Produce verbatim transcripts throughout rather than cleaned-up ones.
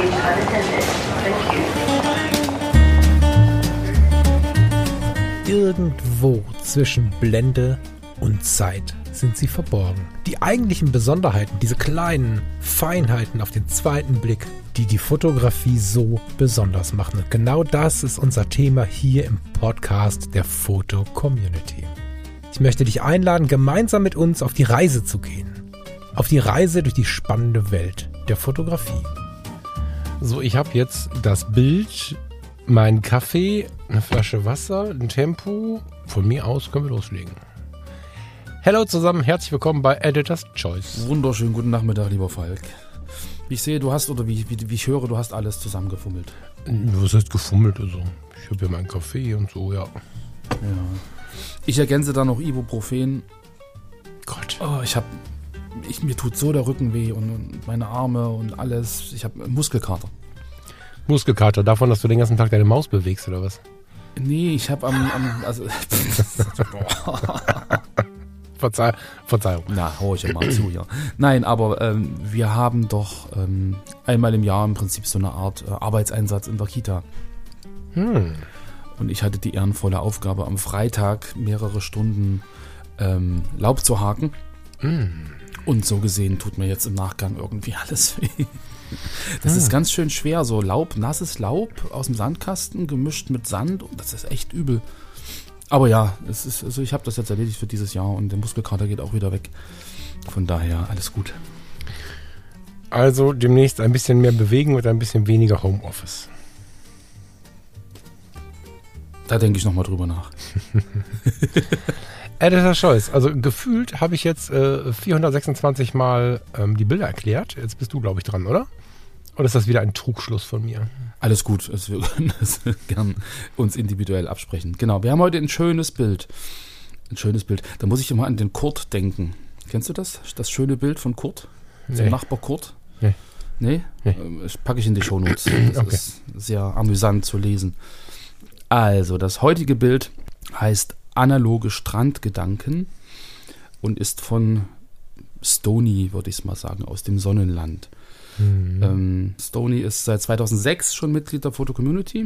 remains unattended. Thank you. Irgendwo zwischen Blende und Zeit sind sie verborgen. Die eigentlichen Besonderheiten, diese kleinen Feinheiten auf den zweiten Blick, die die Fotografie so besonders machen. Und genau das ist unser Thema hier im Podcast der Foto-Community. Ich möchte dich einladen, gemeinsam mit uns auf die Reise zu gehen. Auf die Reise durch die spannende Welt der Fotografie. So, ich habe jetzt das Bild, meinen Kaffee, eine Flasche Wasser, ein Tempo. Von mir aus können wir loslegen. Hallo zusammen, herzlich willkommen bei Editor's Choice. Wunderschönen guten Nachmittag, lieber Falk. Wie ich sehe, du hast, oder wie, wie, wie ich höre, du hast alles zusammengefummelt. Was heißt gefummelt? Also, ich habe ja meinen Kaffee und so, ja. Ja. Ich ergänze da noch Ibuprofen. Gott. Oh, ich habe, ich, mir tut so der Rücken weh und, und meine Arme und alles. Ich habe Muskelkater. Muskelkater, davon, dass du den ganzen Tag deine Maus bewegst, oder was? Nee, ich habe am, am, also, Verzeih, Verzeihung. Na, hau ich ja mal zu, ja. Nein, aber ähm, wir haben doch ähm, einmal im Jahr im Prinzip so eine Art äh, Arbeitseinsatz in der Kita. Hm. Und ich hatte die ehrenvolle Aufgabe, am Freitag mehrere Stunden ähm, Laub zu haken. Hm. Und so gesehen tut mir jetzt im Nachgang irgendwie alles weh. Das hm. ist ganz schön schwer, so Laub, nasses Laub aus dem Sandkasten gemischt mit Sand. Und das ist echt übel. Aber ja, es ist, also ich habe das jetzt erledigt für dieses Jahr und der Muskelkater geht auch wieder weg. Von daher alles gut. Also demnächst ein bisschen mehr bewegen und ein bisschen weniger Homeoffice. Da denke ich nochmal drüber nach. Editor's Choice. Also gefühlt habe ich jetzt äh, vierhundertsechsundzwanzig Mal ähm, die Bilder erklärt. Jetzt bist du, glaube ich, dran, oder? Oder ist das wieder ein Trugschluss von mir? Alles gut, also wir können das gern uns individuell absprechen. Genau, wir haben heute ein schönes Bild. Ein schönes Bild. Da muss ich immer an den Kurt denken. Kennst du das? Das schöne Bild von Kurt? Zum Nee. Nachbar Kurt? Nee. Nee? Nee. Das packe ich in die Shownotes. Das Okay. ist sehr amüsant zu lesen. Also, das heutige Bild heißt Analoge Strandgedanken und ist von Stony, würde ich es mal sagen, aus dem Sonnenland. Mhm. Ähm, Stony ist seit zweitausendsechs schon Mitglied der Foto-Community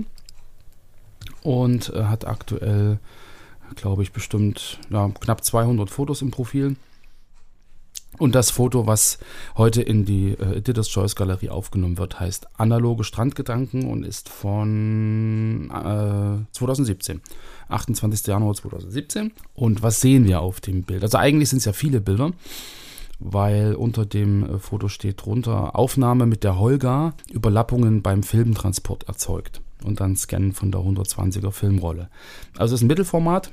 und äh, hat aktuell, glaube ich, bestimmt ja, knapp zweihundert Fotos im Profil. Und das Foto, was heute in die äh, Editor's Choice Galerie aufgenommen wird, heißt Analoge Strandgedanken und ist von äh, zweitausendsiebzehn. achtundzwanzigster Januar zweitausendsiebzehn. Und was sehen wir auf dem Bild? Also eigentlich sind es ja viele Bilder, weil unter dem äh, Foto steht drunter Aufnahme mit der Holga, Überlappungen beim Filmtransport erzeugt und dann Scannen von der hundertzwanziger Filmrolle. Also es ist ein Mittelformat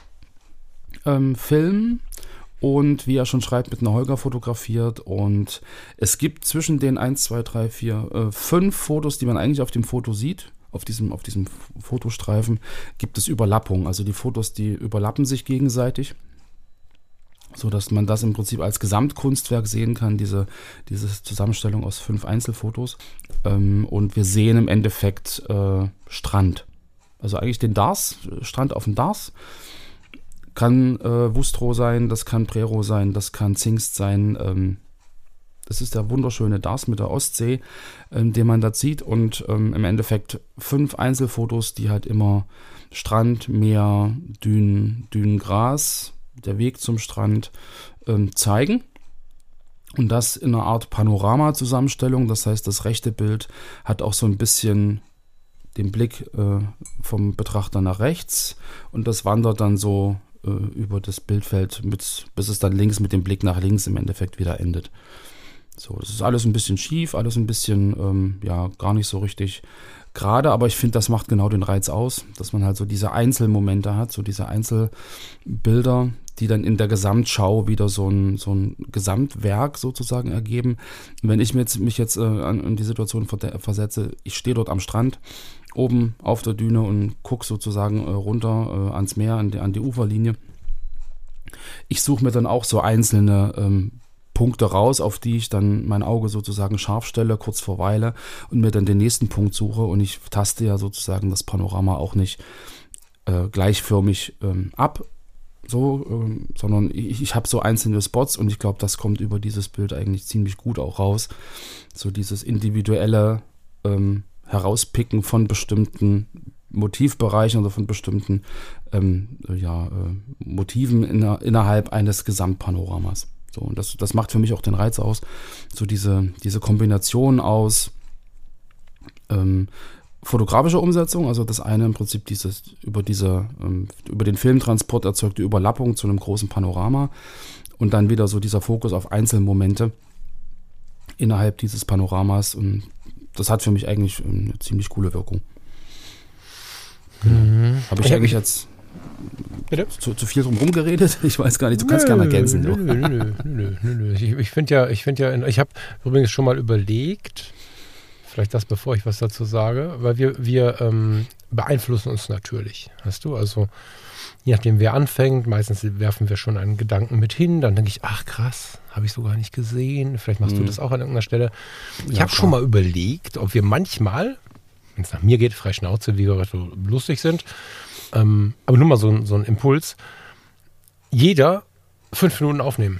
ähm, Film. Und wie er schon schreibt, mit einer Holga fotografiert. Und es gibt zwischen den eins, zwei, drei, vier, äh, fünf Fotos, die man eigentlich auf dem Foto sieht, auf diesem, auf diesem Fotostreifen, gibt es Überlappungen. Also die Fotos, die überlappen sich gegenseitig, sodass man das im Prinzip als Gesamtkunstwerk sehen kann, diese, diese Zusammenstellung aus fünf Einzelfotos. Ähm, und wir sehen im Endeffekt äh, Strand. Also eigentlich den Dars, Strand auf dem Dars. Kann äh, Wustrow sein, das kann Prerow sein, das kann Zingst sein. Ähm, das ist der wunderschöne Dars mit der Ostsee, ähm, den man da sieht. Und ähm, im Endeffekt fünf Einzelfotos, die halt immer Strand, Meer, Dünen, Dünengras, der Weg zum Strand ähm, zeigen. Und das in einer Art Panorama-Zusammenstellung. Das heißt, das rechte Bild hat auch so ein bisschen den Blick äh, vom Betrachter nach rechts. Und das wandert dann so über das Bildfeld, mit, bis es dann links mit dem Blick nach links im Endeffekt wieder endet. So, das ist alles ein bisschen schief, alles ein bisschen, ähm, ja, gar nicht so richtig gerade, aber ich finde, das macht genau den Reiz aus, dass man halt so diese Einzelmomente hat, so diese Einzelbilder, die dann in der Gesamtschau wieder so ein, so ein Gesamtwerk sozusagen ergeben. Und wenn ich mich jetzt, mich jetzt äh, an, an die Situation versetze, ich stehe dort am Strand, oben auf der Düne und gucke sozusagen äh, runter äh, ans Meer, an die, an die Uferlinie. Ich suche mir dann auch so einzelne ähm, Punkte raus, auf die ich dann mein Auge sozusagen scharf stelle, kurz verweile und mir dann den nächsten Punkt suche. Und ich taste ja sozusagen das Panorama auch nicht äh, gleichförmig ähm, ab, so, ähm, sondern ich, ich habe so einzelne Spots und ich glaube, das kommt über dieses Bild eigentlich ziemlich gut auch raus. So dieses individuelle ähm, Herauspicken von bestimmten Motivbereichen oder von bestimmten ähm, ja, äh, Motiven inner, innerhalb eines Gesamtpanoramas. So, und das, das macht für mich auch den Reiz aus. So diese, diese Kombination aus ähm, fotografischer Umsetzung, also das eine im Prinzip dieses über diese ähm, über den Filmtransport erzeugte Überlappung zu einem großen Panorama und dann wieder so dieser Fokus auf Einzelmomente innerhalb dieses Panoramas, und das hat für mich eigentlich eine ziemlich coole Wirkung. Genau. Mhm. Habe ich, ich eigentlich jetzt zu, zu viel drum rumgeredet? Ich weiß gar nicht, du kannst nö, gerne ergänzen. Nö, nö, nö, nö, nö, nö. Ich, ich finde ja, ich finde ja, ich habe übrigens schon mal überlegt, vielleicht das, bevor ich was dazu sage, weil wir, wir ähm, beeinflussen uns natürlich, weißt du, also je nachdem wer anfängt, meistens werfen wir schon einen Gedanken mit hin, dann denke ich, ach krass, habe ich so gar nicht gesehen, vielleicht machst mhm. du das auch an irgendeiner Stelle. Ich ja, habe schon mal überlegt, ob wir manchmal, wenn es nach mir geht, frei Schnauze, wie wir so lustig sind, ähm, aber nur mal so, so ein Impuls, jeder fünf Minuten aufnehmen.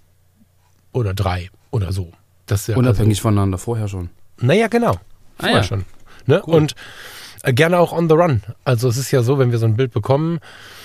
Oder drei oder so. Das ja unabhängig also, voneinander, vorher schon. Naja, genau. Vorher ah, ja. schon. Ne? Cool. Und äh, gerne auch on the run. Also es ist ja so, wenn wir so ein Bild bekommen,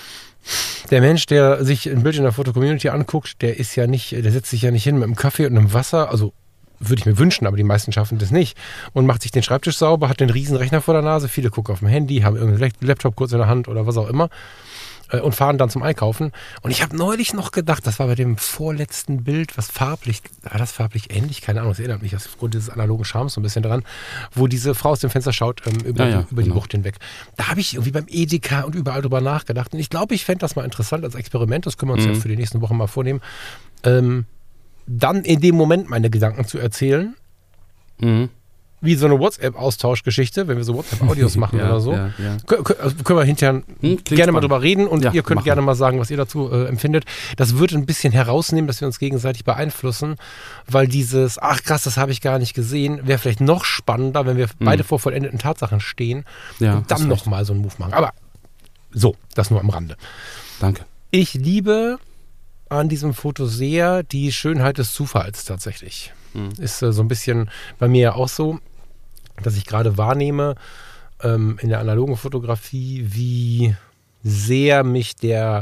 der Mensch, der sich ein Bild in der Foto-Community anguckt, der ist ja nicht, der setzt sich ja nicht hin mit einem Kaffee und einem Wasser, also würde ich mir wünschen, aber die meisten schaffen das nicht, und macht sich den Schreibtisch sauber, hat den riesen Rechner vor der Nase, viele gucken auf dem Handy, haben irgendeinen Laptop kurz in der Hand oder was auch immer äh, und fahren dann zum Einkaufen. Und ich habe neulich noch gedacht, das war bei dem vorletzten Bild, was farblich, war das farblich ähnlich? Keine Ahnung, das erinnert mich aufgrund dieses analogen Charmes so ein bisschen dran, wo diese Frau aus dem Fenster schaut ähm, über, ja, ja, die, über genau. die Bucht hinweg. Da habe ich irgendwie beim Edeka und überall drüber nachgedacht, und ich glaube, ich fände das mal interessant als Experiment, das können wir uns mhm. ja für die nächsten Wochen mal vornehmen, ähm, dann in dem Moment meine Gedanken zu erzählen, mhm. wie so eine WhatsApp-Austauschgeschichte, wenn wir so WhatsApp-Audios machen ja, oder so. Ja, ja. Können, können wir hinterher hm, gerne spannend. mal drüber reden, und ja, ihr könnt gerne mal sagen, was ihr dazu äh, empfindet. Das wird ein bisschen herausnehmen, dass wir uns gegenseitig beeinflussen, weil dieses, ach krass, das habe ich gar nicht gesehen, wäre vielleicht noch spannender, wenn wir mhm. beide vor vollendeten Tatsachen stehen ja, und dann nochmal so einen Move machen. Aber so, das nur am Rande. Danke. Ich liebe an diesem Foto sehr die Schönheit des Zufalls tatsächlich. Mhm. Ist äh, so ein bisschen bei mir ja auch so, dass ich gerade wahrnehme ähm, in der analogen Fotografie, wie sehr mich der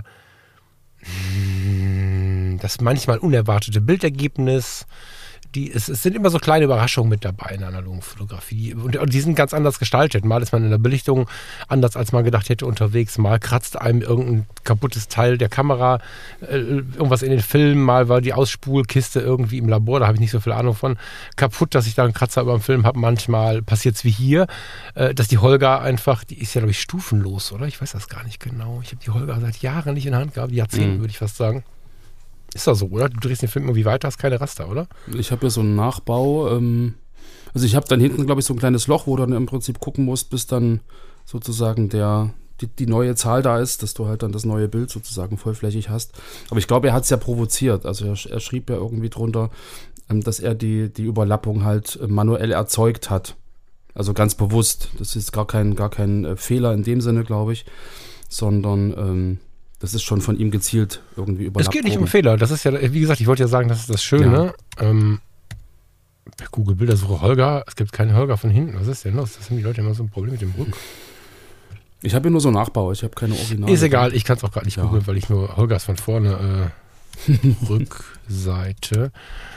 mh, das manchmal unerwartete Bildergebnis, die, es, es sind immer so kleine Überraschungen mit dabei in der analogen Fotografie, und, und die sind ganz anders gestaltet. Mal ist man in der Belichtung anders, als man gedacht hätte, unterwegs. Mal kratzt einem irgendein kaputtes Teil der Kamera, äh, irgendwas in den Filmen. Mal war die Ausspulkiste irgendwie im Labor, da habe ich nicht so viel Ahnung von, kaputt, dass ich da einen Kratzer über dem Film habe. Manchmal passiert es wie hier, äh, dass die Holga einfach, die ist ja, glaube ich, stufenlos, oder? Ich weiß das gar nicht genau. Ich habe die Holga seit Jahren nicht in der Hand gehabt, Jahrzehnten, mhm. würde ich fast sagen. Ist das so, oder? Du drehst den Film irgendwie weiter, hast keine Raster, oder? Ich habe ja so einen Nachbau. Ähm, also ich habe dann hinten, glaube ich, so ein kleines Loch, wo du dann im Prinzip gucken musst, bis dann sozusagen der, die, die neue Zahl da ist, dass du halt dann das neue Bild sozusagen vollflächig hast. Aber ich glaube, er hat es ja provoziert. Also er, er schrieb ja irgendwie drunter, ähm, dass er die, die Überlappung halt äh, manuell erzeugt hat. Also ganz bewusst. Das ist gar kein, gar kein äh, Fehler in dem Sinne, glaube ich, sondern ähm, das ist schon von ihm gezielt irgendwie überlappt. Es geht nicht um Fehler. Das ist ja, wie gesagt, ich wollte ja sagen, das ist das Schöne. Ja. Ähm, Google Bildersuche Holga. Es gibt keine Holga von hinten. Was ist denn los? Das haben die Leute immer so ein Problem mit dem Rück. Ich habe ja nur so Nachbau. Ich habe keine Originale. Ist egal. Ich kann es auch gerade nicht ja. googeln, weil ich nur Holgas von vorne äh, Rückseite.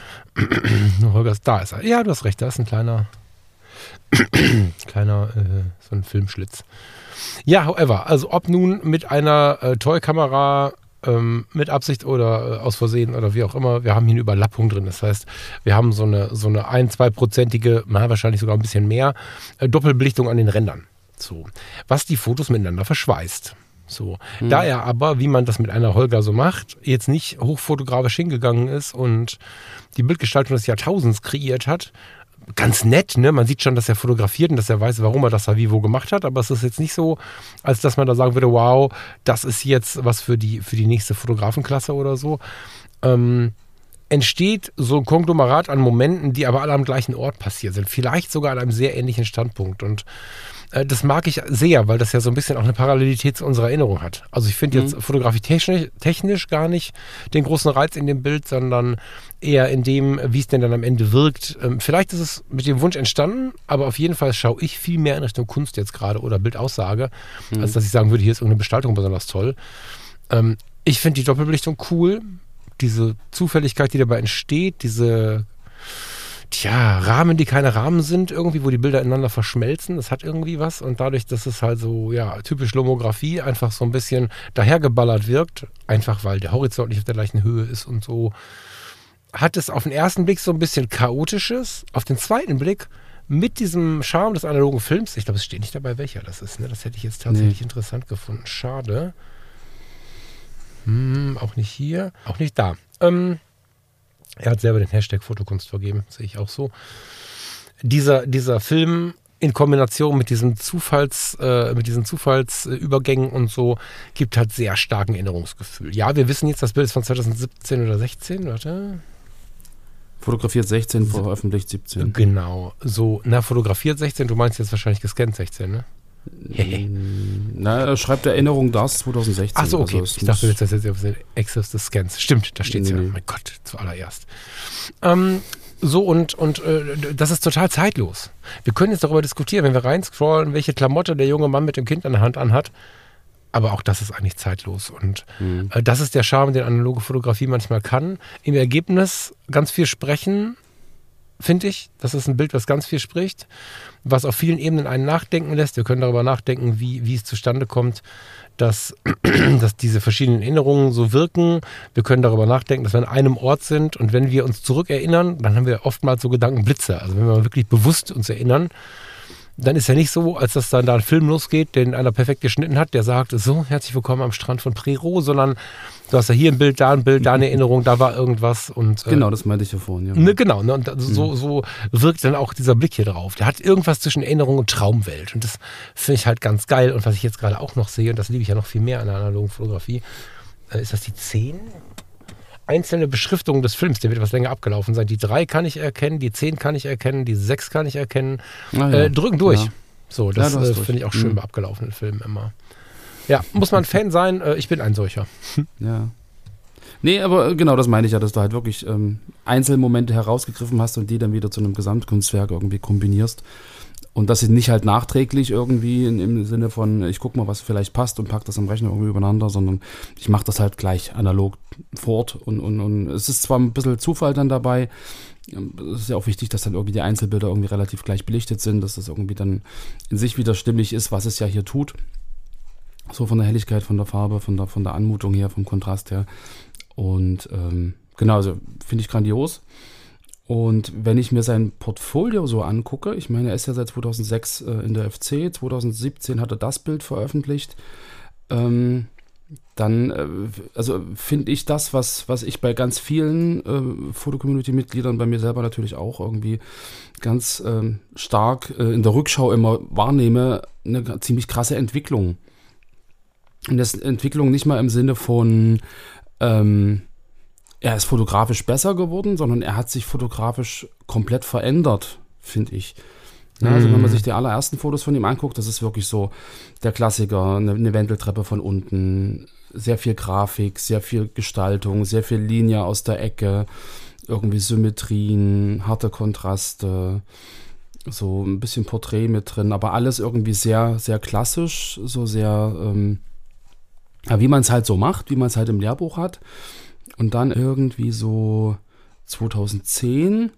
Nur Holgas. Da ist er. Ja, du hast recht. Da ist ein kleiner kleiner äh, so ein Filmschlitz. Ja, however, also ob nun mit einer äh, Toy-Kamera ähm, mit Absicht oder äh, aus Versehen oder wie auch immer, wir haben hier eine Überlappung drin. Das heißt, wir haben so eine so eine ein-, zwei-prozentige, na, wahrscheinlich sogar ein bisschen mehr, äh, Doppelbelichtung an den Rändern. So, was die Fotos miteinander verschweißt. So, mhm. Da er aber, wie man das mit einer Holga so macht, jetzt nicht hochfotografisch hingegangen ist und die Bildgestaltung des Jahrtausends kreiert hat, ganz nett, ne? Man sieht schon, dass er fotografiert und dass er weiß, warum er das da wie wo gemacht hat, aber es ist jetzt nicht so, als dass man da sagen würde, wow, das ist jetzt was für die, für die nächste Fotografenklasse oder so. Ähm, entsteht so ein Konglomerat an Momenten, die aber alle am gleichen Ort passiert sind. Vielleicht sogar an einem sehr ähnlichen Standpunkt. Und äh, das mag ich sehr, weil das ja so ein bisschen auch eine Parallelität zu unserer Erinnerung hat. Also ich finde jetzt Mhm. Fotografie technisch, technisch gar nicht den großen Reiz in dem Bild, sondern eher in dem, wie es denn dann am Ende wirkt. Ähm, vielleicht ist es mit dem Wunsch entstanden, aber auf jeden Fall schaue ich viel mehr in Richtung Kunst jetzt gerade oder Bildaussage, Mhm. als dass ich sagen würde, hier ist irgendeine Gestaltung besonders toll. Ähm, ich finde die Doppelbelichtung cool. Diese Zufälligkeit, die dabei entsteht, diese tja, Rahmen, die keine Rahmen sind, irgendwie, wo die Bilder ineinander verschmelzen, das hat irgendwie was. Und dadurch, dass es halt so, ja, typisch Lomografie einfach so ein bisschen dahergeballert wirkt, einfach weil der Horizont nicht auf der gleichen Höhe ist und so, hat es auf den ersten Blick so ein bisschen Chaotisches. Auf den zweiten Blick mit diesem Charme des analogen Films, ich glaube, es steht nicht dabei, welcher das ist, ne? Das hätte ich jetzt tatsächlich Nee. interessant gefunden. Schade. Hm, auch nicht hier, auch nicht da. Ähm, er hat selber den Hashtag Fotokunst vergeben, sehe ich auch so. Dieser, dieser Film in Kombination mit diesen Zufalls, äh, mit diesen Zufallsübergängen und so gibt halt sehr starken Erinnerungsgefühl. Ja, wir wissen jetzt, das Bild ist von zweitausendsiebzehn oder sechzehn, warte. Fotografiert sechzehn, veröffentlicht siebzehn. Genau, so, na, fotografiert sechzehn, du meinst jetzt wahrscheinlich gescannt sechzehn, ne? Na, er schreibt Erinnerung, das zweitausendsechzehn. Ach so, okay. Also es ich dachte muss- jetzt, das ist jetzt auf den Access des Scans. Stimmt, da steht es Nee, ja. nee. Mein Gott, zuallererst. Ähm, so, und, und äh, das ist total zeitlos. Wir können jetzt darüber diskutieren, wenn wir reinscrollen, welche Klamotte der junge Mann mit dem Kind an der Hand anhat. Aber auch das ist eigentlich zeitlos. Und Mhm. äh, das ist der Charme, den analoge Fotografie manchmal kann. Im Ergebnis ganz viel sprechen, finde ich. Das ist ein Bild, was ganz viel spricht, was auf vielen Ebenen einen nachdenken lässt. Wir können darüber nachdenken, wie, wie es zustande kommt, dass, dass diese verschiedenen Erinnerungen so wirken. Wir können darüber nachdenken, dass wir an einem Ort sind und wenn wir uns zurückerinnern, dann haben wir oftmals so Gedankenblitze. Also wenn wir wirklich bewusst uns erinnern, dann ist ja nicht so, als dass dann da ein Film losgeht, den einer perfekt geschnitten hat, der sagt, so, herzlich willkommen am Strand von Prero, sondern du hast ja hier ein Bild, da ein Bild, da eine Erinnerung, da war irgendwas. Und, äh, Genau, das meinte ich ja vorhin. Ja. Ne, genau, ne, und so, so wirkt dann auch dieser Blick hier drauf. Der hat irgendwas zwischen Erinnerung und Traumwelt. Und das finde ich halt ganz geil. Und was ich jetzt gerade auch noch sehe, und das liebe ich ja noch viel mehr an der analogen Fotografie, äh, ist das die zehn? Einzelne Beschriftungen des Films, der wird etwas länger abgelaufen sein. Die drei kann ich erkennen, die zehn kann ich erkennen, die sechs kann ich erkennen. Ah, ja. Äh, drücken durch. Ja. So, das Ja, du hast äh, durch. finde ich auch schön Mhm. bei abgelaufenen Filmen immer. Ja, muss man Fan sein. Äh, ich bin ein solcher. Ja. Nee, aber genau das meine ich ja, dass du halt wirklich ähm, Einzelmomente herausgegriffen hast und die dann wieder zu einem Gesamtkunstwerk irgendwie kombinierst. Und dass sie nicht halt nachträglich irgendwie in, im Sinne von, ich guck mal, was vielleicht passt und pack das am Rechner irgendwie übereinander, sondern ich mache das halt gleich analog fort. Und, und, und es ist zwar ein bisschen Zufall dann dabei, es ist ja auch wichtig, dass dann irgendwie die Einzelbilder irgendwie relativ gleich belichtet sind, dass das irgendwie dann in sich wieder stimmig ist, was es ja hier tut. So von der Helligkeit, von der Farbe, von der, von der Anmutung her, vom Kontrast her. Und ähm, genau, also finde ich grandios. Und wenn ich mir sein Portfolio so angucke, ich meine, er ist ja seit zweitausendsechs äh, in der F C, zweitausendsiebzehn hat er das Bild veröffentlicht, ähm, dann äh, also finde ich das, was, was ich bei ganz vielen äh, Foto-Community-Mitgliedern, bei mir selber natürlich auch irgendwie ganz ähm, stark äh, in der Rückschau immer wahrnehme, eine ziemlich krasse Entwicklung. Und das Entwicklung nicht mal im Sinne von ähm, er ist fotografisch besser geworden, sondern er hat sich fotografisch komplett verändert, finde ich. Ja, also wenn man sich die allerersten Fotos von ihm anguckt, das ist wirklich so der Klassiker, eine, eine Wendeltreppe von unten, sehr viel Grafik, sehr viel Gestaltung, sehr viel Linie aus der Ecke, irgendwie Symmetrien, harte Kontraste, so ein bisschen Porträt mit drin, aber alles irgendwie sehr, sehr klassisch, so sehr, ähm, ja, wie man es halt so macht, wie man es halt im Lehrbuch hat. Und dann irgendwie so zweitausendzehn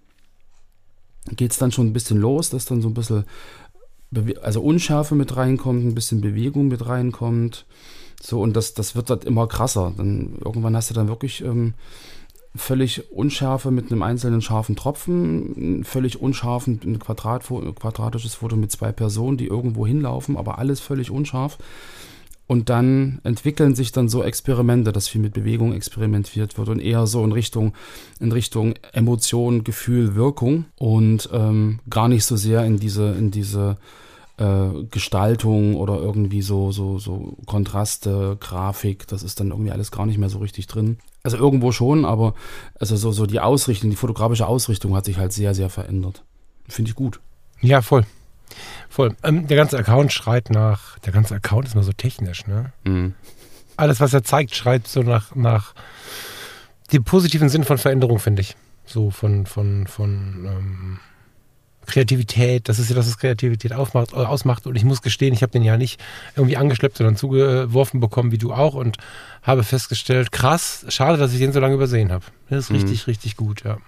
geht es dann schon ein bisschen los, dass dann so ein bisschen Bewe- also Unschärfe mit reinkommt, ein bisschen Bewegung mit reinkommt. So, und das, das wird dann immer krasser. Dann irgendwann hast du dann wirklich ähm, völlig Unschärfe mit einem einzelnen scharfen Tropfen, völlig unscharfen ein Quadrat, quadratisches Foto mit zwei Personen, die irgendwo hinlaufen, aber alles völlig unscharf. Und dann entwickeln sich dann so Experimente, dass viel mit Bewegung experimentiert wird und eher so in Richtung, in Richtung Emotion, Gefühl, Wirkung und ähm, gar nicht so sehr in diese, in diese äh, Gestaltung oder irgendwie so, so, so Kontraste, Grafik, das ist dann irgendwie alles gar nicht mehr so richtig drin. Also irgendwo schon, aber also so, so die Ausrichtung, die fotografische Ausrichtung hat sich halt sehr, sehr verändert. Finde ich gut. Ja, voll. Voll. Ähm, der ganze Account schreit nach, der ganze Account ist mal so technisch, ne? Mhm. Alles, was er zeigt, schreit so nach, nach dem positiven Sinn von Veränderung, finde ich. So von, von, von ähm, Kreativität, das ist ja das, was Kreativität aufmacht, äh, ausmacht. Und ich muss gestehen, ich habe den ja nicht irgendwie angeschleppt, sondern zugeworfen bekommen, wie du auch. Und habe festgestellt, krass, schade, dass ich den so lange übersehen habe. Das ist Mhm. richtig, richtig gut, ja.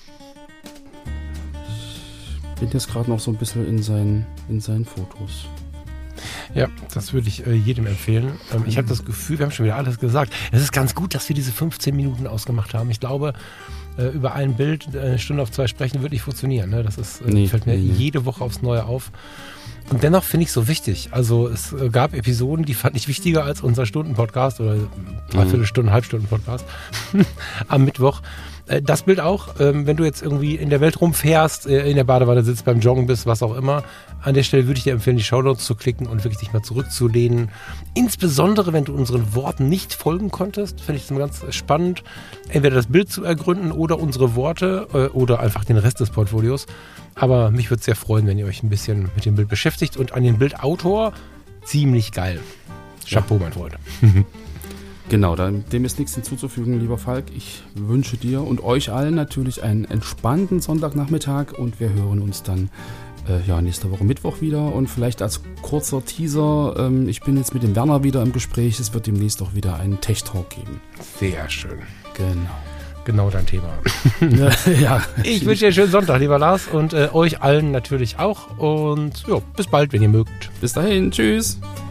Ich bin jetzt gerade noch so ein bisschen in seinen, in seinen Fotos. Ja, das würde ich äh, jedem empfehlen. Ähm, ich habe das Gefühl, wir haben schon wieder alles gesagt. Es ist ganz gut, dass wir diese fünfzehn Minuten ausgemacht haben. Ich glaube, äh, über ein Bild eine Stunde auf zwei sprechen wird nicht funktionieren. Ne? Das ist, äh, Nee, fällt mir nee, nee. jede Woche aufs Neue auf. Und dennoch finde ich es so wichtig. Also es äh, gab Episoden, die fand ich wichtiger als unser Stunden-Podcast oder dreiviertel Stunden, Halbstunden-Podcast am Mittwoch. Äh, das Bild auch, ähm, wenn du jetzt irgendwie in der Welt rumfährst, äh, in der Badewanne sitzt, beim Joggen bist, was auch immer. An der Stelle würde ich dir empfehlen, die Shownotes zu klicken und wirklich dich mal zurückzulehnen. Insbesondere, wenn du unseren Worten nicht folgen konntest, finde ich es immer ganz spannend, entweder das Bild zu ergründen oder unsere Worte äh, oder einfach den Rest des Portfolios. Aber mich würde es sehr freuen, wenn ihr euch ein bisschen mit dem Bild beschäftigt und an den Bildautor ziemlich geil. Chapeau, mein Freund. Genau, dem ist nichts hinzuzufügen, lieber Falk. Ich wünsche dir und euch allen natürlich einen entspannten Sonntagnachmittag und wir hören uns dann äh, ja, nächste Woche Mittwoch wieder. Und vielleicht als kurzer Teaser, ähm, ich bin jetzt mit dem Werner wieder im Gespräch, es wird demnächst auch wieder einen Tech-Talk geben. Sehr schön. Genau. Genau dein Thema. ja, ja. Ich wünsche dir einen schönen Sonntag, lieber Lars, und äh, euch allen natürlich auch. Und ja, bis bald, wenn ihr mögt. Bis dahin, tschüss.